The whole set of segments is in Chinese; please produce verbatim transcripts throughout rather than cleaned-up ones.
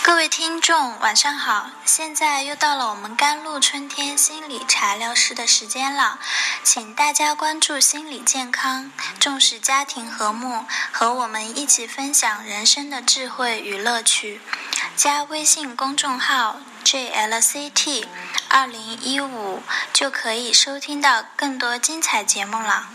各位听众晚上好，现在又到了我们甘露春天心理茶疗室的时间了，请大家关注心理健康，重视家庭和睦，和我们一起分享人生的智慧与乐趣。加微信公众号 J L C T 二零一五就可以收听到更多精彩节目了。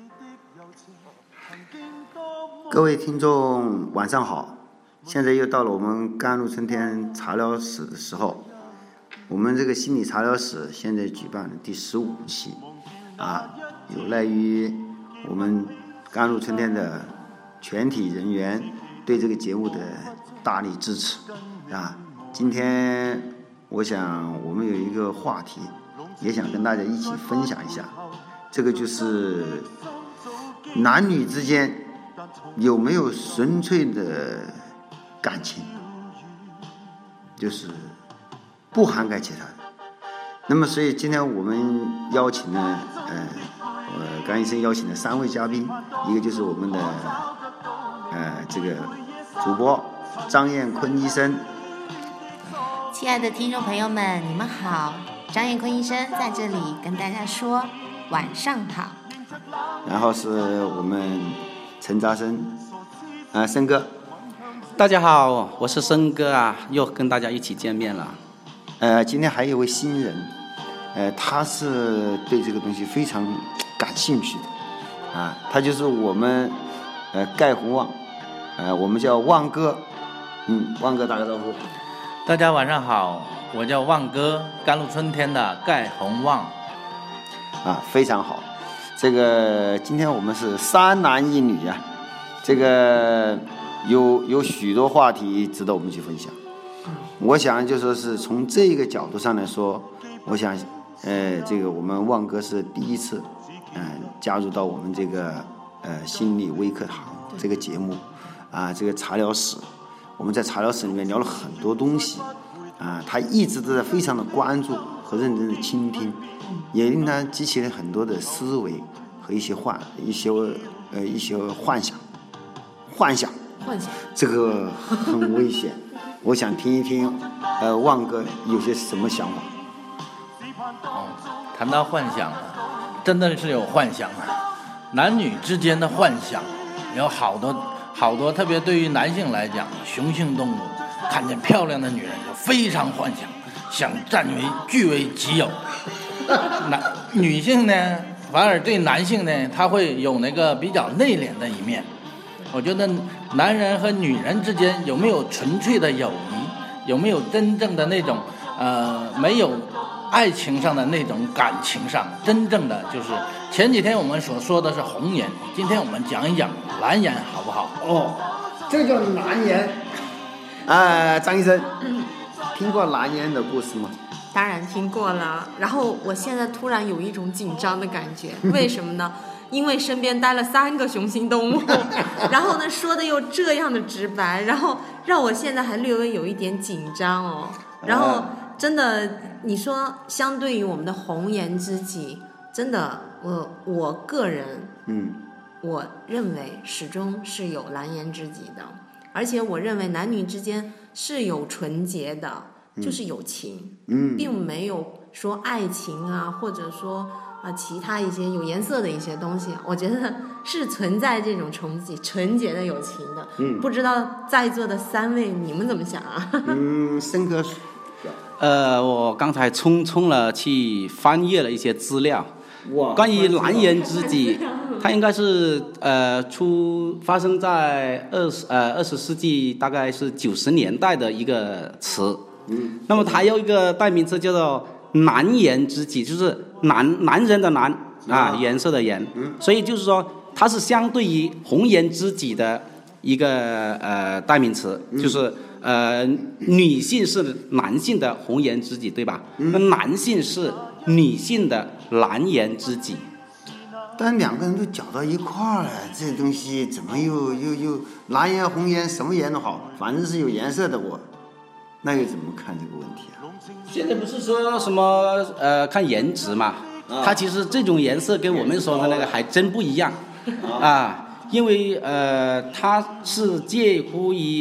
各位听众晚上好，现在又到了我们甘露春天茶疗室的时候。我们这个心理茶疗室现在举办了第十五期啊，有赖于我们甘露春天的全体人员对这个节目的大力支持啊。今天我想我们有一个话题也想跟大家一起分享一下，这个就是男女之间有没有纯粹的感情，就是不涵盖其他的。那么所以今天我们邀请了呃呃甘医生邀请了三位嘉宾，一个就是我们的呃这个主播张艳坤医生。 亲爱的听众朋友们，你们好，张艳坤医生在这里跟大家说晚上好。 然后是我们陈扎生，啊、呃，生哥。 大家好，我是生哥啊，又跟大家一起见面了。 呃，今天还有一位新人，呃，他是对这个东西非常感兴趣的，啊，他就是我们呃盖洪旺，呃，我们叫旺哥，嗯，旺哥打个招呼。 大家晚上好，我叫旺哥，甘露春天的盖洪旺。 啊，非常好。这个今天我们是三男一女啊，这个有有许多话题值得我们去分享。我想就说是从这个角度上来说，我想，呃，这个我们旺哥是第一次，嗯、呃，加入到我们这个呃心理微课堂这个节目，啊，这个茶疗室，我们在茶疗室里面聊了很多东西，啊，他一直都在非常的关注和认真的倾听，也令他激起了很多的思维和一些幻一些呃一些幻想，幻想， 幻想， 这个很危险。我想听一听，呃，旺哥有些什么想法？ 哦，谈到幻想，真的是有幻想啊！男女之间的幻想有好多好多，特别对于男性来讲，雄性动物看见漂亮的女人就非常幻想，想占为据为己有。男女性呢，反而对男性呢，他会有那个比较内敛的一面。我觉得男人和女人之间有没有纯粹的友谊，有没有真正的那种呃没有爱情上的那种感情上，真正的就是前几天我们所说的是红颜，今天我们讲一讲蓝颜好不好？ 哦，这个叫蓝颜。呃，张医生，听过蓝颜的故事吗？ 当然听过了，然后我现在突然有一种紧张的感觉，为什么呢？因为身边待了三个雄性动物，然后呢说的又这样的直白，然后让我现在还略微有一点紧张哦。然后真的，你说相对于我们的红颜知己，真的，我我个人， 嗯， 我认为始终是有蓝颜知己的，而且我认为男女之间是有纯洁的，就是有情， 嗯， 并没有说爱情啊，或者说。啊，其他一些有颜色的一些东西，我觉得是存在这种纯洁纯洁的友情的。 嗯， 不知道在座的三位你们怎么想啊？ 嗯，森哥， 呃，我刚才匆匆了去翻阅了一些资料， 哇， 关于蓝颜知己，它应该是呃出发生在二十呃二十世纪大概是九十年代的一个词。 嗯， 那么它有一个代名词叫做蓝颜知己，就是男男人的男啊，颜色的颜，所以就是说它是相对于红颜知己的一个呃代名词，就是呃女性是男性的红颜知己，对吧？那男性是女性的蓝颜知己。 但两个人都搅到一块儿了，这东西怎么又又又蓝颜红颜什么颜都好，反正是有颜色的我，那又怎么看这个问题啊？ 现在不是说什么呃看颜值嘛，啊、它其实这种颜色跟我们说的那个还真不一样啊，因为呃它是介乎于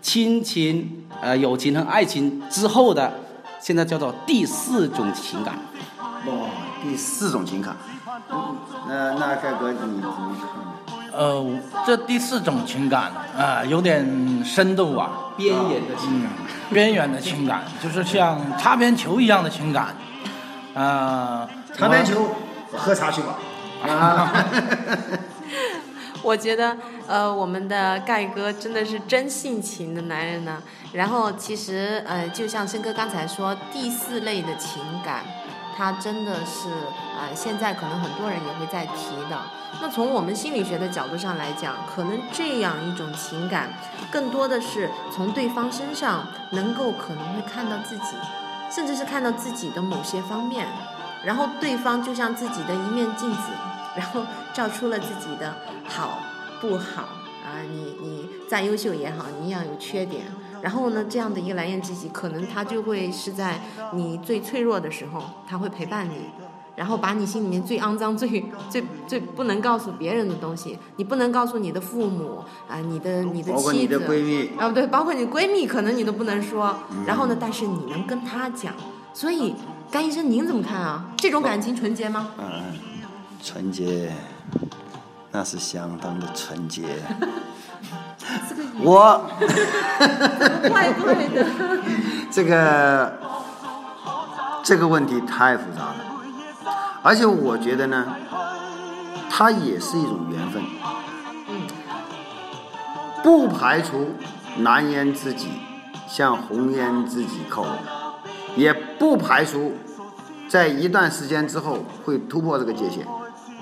亲情、呃友情和爱情之后的，现在叫做第四种情感。 哇，第四种情感，嗯、那那盖哥你怎么看？ 呃，这第四种情感啊、呃，有点深度啊， 边缘的情感， 嗯、边缘的情感，就是像擦边球一样的情感。啊、呃， 擦边球，喝茶去吧。啊， 我觉得，呃，我们的盖哥真的是真性情的男人呢。然后，其实，呃，就像申哥刚才说，第四类的情感，他真的是，呃，现在可能很多人也会在提的。那从我们心理学的角度上来讲，可能这样一种情感，更多的是从对方身上能够可能会看到自己，甚至是看到自己的某些方面，然后对方就像自己的一面镜子，然后照出了自己的好不好啊，你你再优秀也好，你一样有缺点。然后呢，这样的一个蓝颜知己，可能他就会是在你最脆弱的时候，他会陪伴你。然后把你心里面最肮脏、最最最不能告诉别人的东西，你不能告诉你的父母啊、呃，你的你的妻子， 包括你的闺蜜啊，对，包括你闺蜜，可能你都不能说。嗯、然后呢，但是你能跟她讲。所以，甘医生，您怎么看啊？这种感情纯洁吗？ 嗯，纯洁，那是相当的纯洁。我， 怪怪的。 这个这个问题太复杂了。而且我觉得呢，它也是一种缘分，不排除蓝颜知己向红颜知己靠拢，也不排除在一段时间之后会突破这个界限，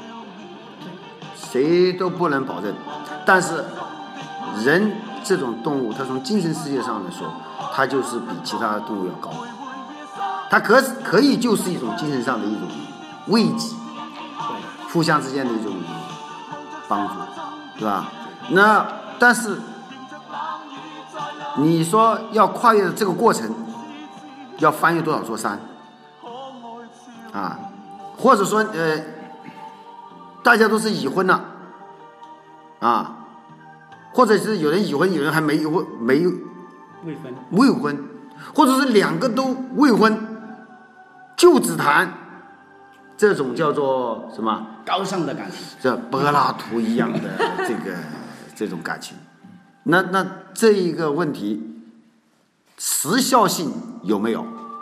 谁都不能保证。但是人这种动物，它从精神世界上来说，它就是比其他的动物要高，它可可以就是一种精神上的一种慰藉，互相之间的一种帮助，对吧？那但是你说要跨越这个过程，要翻越多少座山啊？或者说呃，大家都是已婚了啊，或者是有人已婚，有人还没有没有未婚未婚，或者是两个都未婚，就只谈。这种叫做什么？ 高尚的感情， 这柏拉图一样的这个这种感情。那那这一个问题，时效性有没有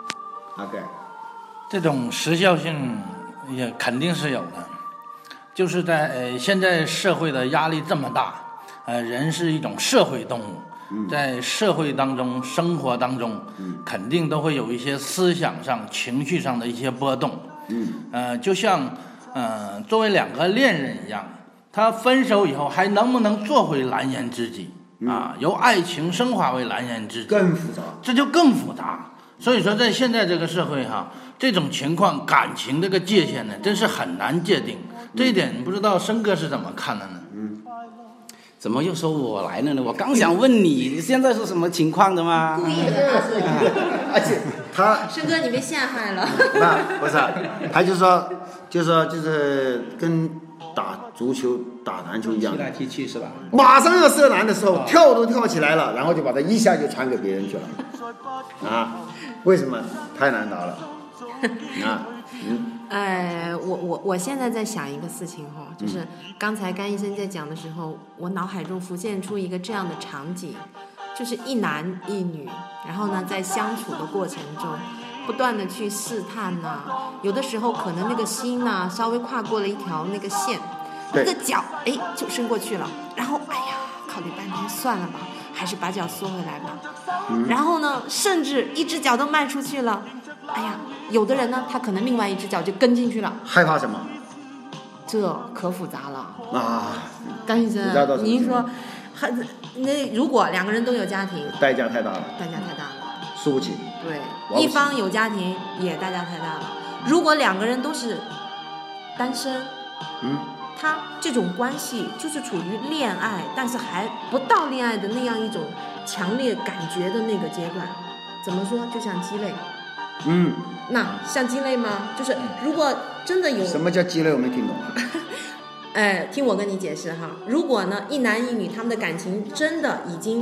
？OK， 这种时效性也肯定是有的，就是在呃现在社会的压力这么大，呃人是一种社会动物，在社会当中生活当中，肯定都会有一些思想上、情绪上的一些波动。 嗯， 呃，就像呃，作为两个恋人一样，他分手以后还能不能做回蓝颜知己、嗯、啊？由爱情升华为蓝颜知己， 更复杂， 这就更复杂。所以说，在现在这个社会哈，这种情况感情这个界限呢，真是很难界定。这一点不知道申哥是怎么看的呢？ 嗯， 怎么又说我来了呢？我刚想问你现在是什么情况的吗？ 故意的， 而且他申哥，你被陷害了。 那不是，他就说，就说就是跟打足球、打篮球一样， 踢来踢去是吧？ 马上要射篮的时候，跳都跳起来了，然后就把它一下就传给别人去了。啊，为什么？太难打了。啊，嗯。 呃，我我我现在在想一个事情哈，就是刚才甘医生在讲的时候，我脑海中浮现出一个这样的场景，就是一男一女，然后呢，在相处的过程中，不断的去试探呐、啊，有的时候可能那个心呐、啊、稍微跨过了一条那个线，那个脚哎就伸过去了，然后哎呀考虑半天算了吧，还是把脚缩回来吧，嗯、然后呢，甚至一只脚都迈出去了，哎呀。有的人呢，他可能另外一只脚就跟进去了。 害怕什么？ 这可复杂了啊！ 甘医生，您说，那如果两个人都有家庭， 代价太大了， 代价太大了， 输不起。 对，一方有家庭也代价太大了。如果两个人都是单身， 嗯， 他这种关系就是处于恋爱，但是还不到恋爱的那样一种强烈感觉的那个阶段。怎么说？就像鸡肋。 嗯， 那像鸡肋吗？就是如果真的有什么叫鸡肋，我没听懂。 哎，听我跟你解释哈。如果呢，一男一女他们的感情真的已经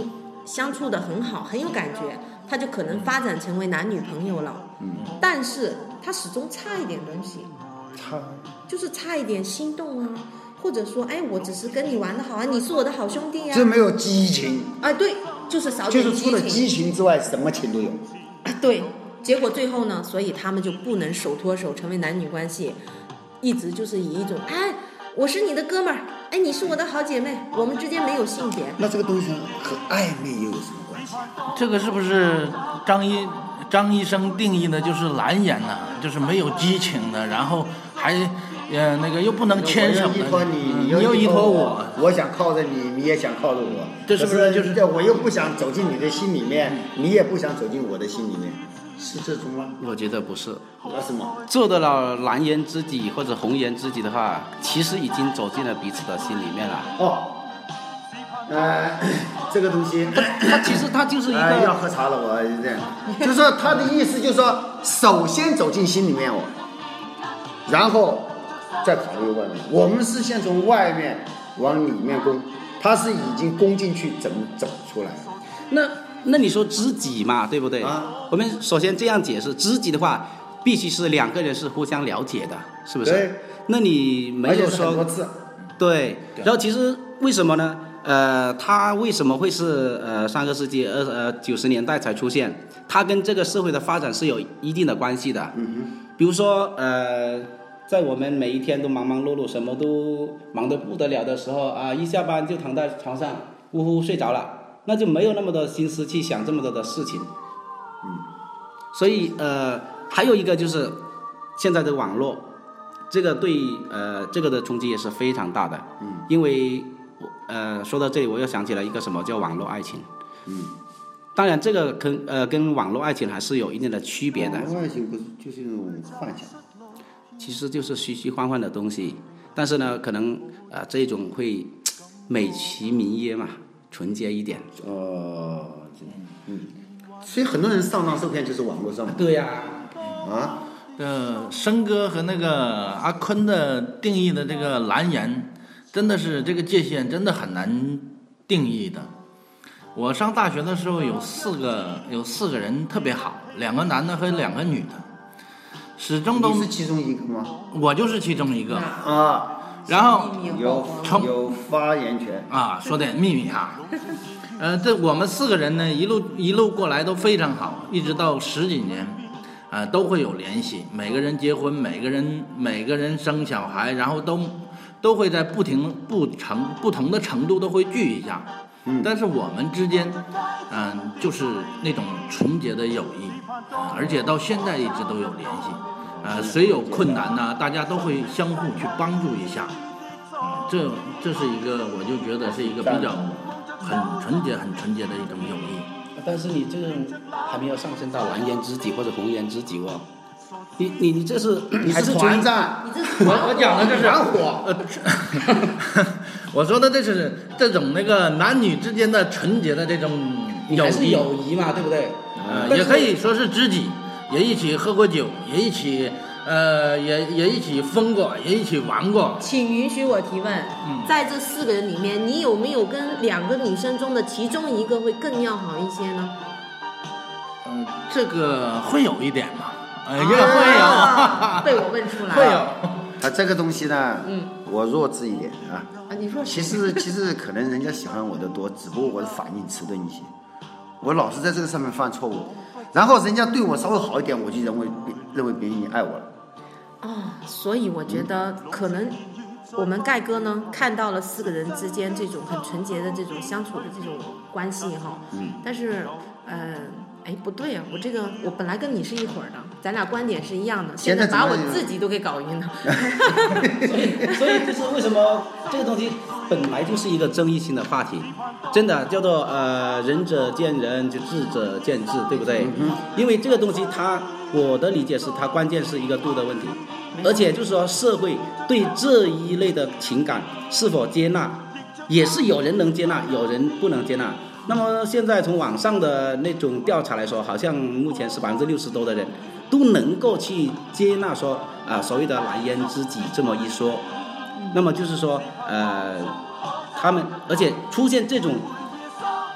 相处的很好，很有感觉，他就可能发展成为男女朋友了。 嗯， 但是他始终差一点东西， 差就是差一点心动啊，或者说，哎，我只是跟你玩的好啊，你是我的好兄弟呀、啊。 这没有激情。 啊，对，就是少就点激情。 是除了激情之外，什么情都有。 啊，对，结果最后呢，所以他们就不能手托手成为男女关系，一直就是以一种，哎，我是你的哥们儿，哎，你是我的好姐妹，我们之间没有性别。 那这个东西和暧昧又有什么关系？ 这个是不是张医张医生定义的就是蓝颜呢、啊？就是没有激情的，然后还呃那个又不能牵手的， 依托你， 你又依托我，我想靠着你，你也想靠着我， 这是不是就是？ 我又不想走进你的心里面，你也不想走进我的心里面，是这种吗？ 我觉得不是。 为什么？ 做得了蓝颜知己或者红颜知己的话，其实已经走进了彼此的心里面了。 哦，呃，这个东西， 他其实他就是一个、 呃、要喝茶了，我这样，就是说他的意思就是说，首先走进心里面我，然后再考虑外面。我们是先从外面往里面攻，他是已经攻进去，怎么走出来？ 那那你说知己嘛，对不对？ 啊， 我们首先这样解释，知己的话，必须是两个人是互相了解的，是不是？ 对。 那你没有说很多次。 对。然后其实为什么呢？呃，他为什么会是呃上个世纪二呃九十年代才出现？它跟这个社会的发展是有一定的关系的。 嗯哼。 比如说呃，在我们每一天都忙忙碌碌，什么都忙得不得了的时候啊，一下班就躺在床上呼呼睡着了。那就没有那么多心思去想这么多的事情， 嗯， 所以呃，还有一个就是现在的网络，这个对呃这个的冲击也是非常大的， 嗯， 因为呃说到这里，我又想起了一个什么叫网络爱情， 嗯， 当然这个跟呃跟网络爱情还是有一定的区别的。 网络爱情不是就是那种幻想， 其实就是虚虚幻幻的东西，但是呢，可能呃这种会美其名曰嘛。纯洁一点哦，嗯，所以很多人上当受骗就是网络上的。 对呀、 啊，啊， 呃，申哥和那个阿坤的定义的这个蓝颜，真的是这个界限真的很难定义的。我上大学的时候有四个有四个人特别好，两个男的和两个女的，始终都你是其中一个吗？ 我就是其中一个啊。 然后有有发言权啊，说点秘密哈。呃，这我们四个人呢，一路一路过来都非常好，一直到十几年，啊、呃，都会有联系。每个人结婚，每个人每个人生小孩，然后都都会在不停不成不同的程度都会聚一下。 嗯， 但是我们之间，嗯、呃，就是那种纯洁的友谊，呃，而且到现在一直都有联系。呃，谁有困难呢，大家都会相互去帮助一下，嗯，这这是一个，我就觉得是一个比较很纯洁、很纯洁的一种友谊。 但是你这个还没有上升到蓝颜知己或者红颜知己哦，你你你这是你是团战， 你这是我我讲的这是团伙， 呃，我说的这是这种那个男女之间的纯洁的这种友谊， 友谊嘛，对不对？ 呃，也可以说是知己。也一起喝过酒，也一起，呃，也也一起疯过，也一起玩过。 请允许我提问， 嗯、 在这四个人里面，你有没有跟两个女生中的其中一个会更要好一些呢？ 嗯、呃，这个会有一点嘛，呃，也会有。 啊、被我问出来了。 会有。 啊，这个东西呢， 嗯， 我弱智一点啊。 啊，你说。 其实其实可能人家喜欢我的多，只不过我的反应迟钝一些，我老是在这个上面犯错误。然后人家对我稍微好一点，我就认为认为别人爱我了。 哦，所以我觉得可能我们盖哥呢看到了四个人之间这种很纯洁的这种相处的这种关系哈。 嗯。 但是，呃，哎，不对啊，我这个我本来跟你是一伙儿的，咱俩观点是一样的，现在把我自己都给搞晕了。 所以，所以就是为什么这个东西本来就是一个争议性的话题。真的叫做呃仁者见仁，就智者见智，对不对？ 嗯、 因为这个东西它，我的理解是它关键是一个度的问题，而且就是说社会对这一类的情感是否接纳，也是有人能接纳，有人不能接纳。那么现在从网上的那种调查来说，好像目前是百分之六十多的人都能够去接纳说啊、呃、所谓的蓝颜知己这么一说，那么就是说呃。他们，而且出现这种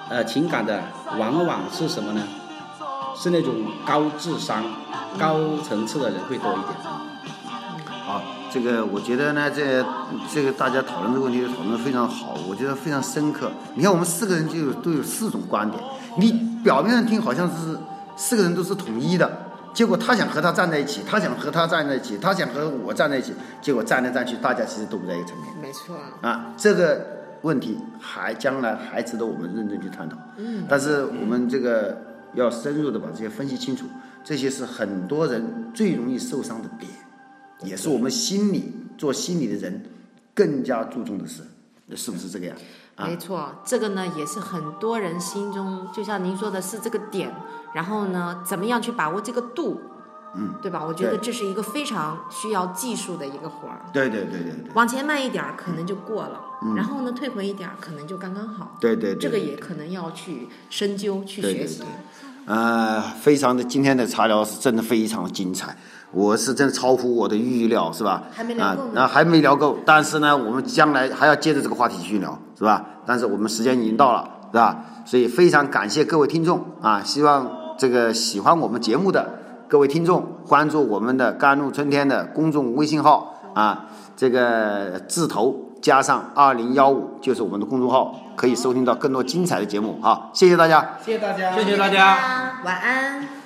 呃情感的，往往是什么呢？是那种高智商、高层次的人会多一点。 好，这个我觉得呢，这这个大家讨论这个问题讨论得非常好，我觉得非常深刻。你看我们四个人就有都有四种观点，你表面上听好像是四个人都是统一的，结果他想和他站在一起，他想和他站在一起，他想和我站在一起，结果站来站去，大家其实都不在一个层面。 没错啊，这个问题还将来还值得我们认真去探讨。嗯，但是我们这个要深入的把这些分析清楚，这些是很多人最容易受伤的点，也是我们心理做心理的人更加注重的事，是不是这个样？啊、 没错，这个呢也是很多人心中，就像您说的是这个点，然后呢，怎么样去把握这个度？嗯，对吧？我觉得这是一个非常需要技术的一个活儿。对对对对对。 往前迈一点可能就过了，嗯、然后呢退回一点可能就刚刚好。 对对 对, 对, 对。 这个也可能要去深究去学习。 对对对呃，非常的，今天的茶聊是真的非常精彩，我是真的超乎我的预料，是吧？ 还没聊够呢。 啊，还没聊够，但是呢，我们将来还要接着这个话题继续聊，是吧？但是我们时间已经到了，是吧？所以非常感谢各位听众啊，希望这个喜欢我们节目的各位听众关注我们的甘露春天的公众微信号啊，这个字头加上二零一五就是我们的公众号，可以收听到更多精彩的节目。好，谢谢大家， 谢谢大家， 谢谢大家， 晚安。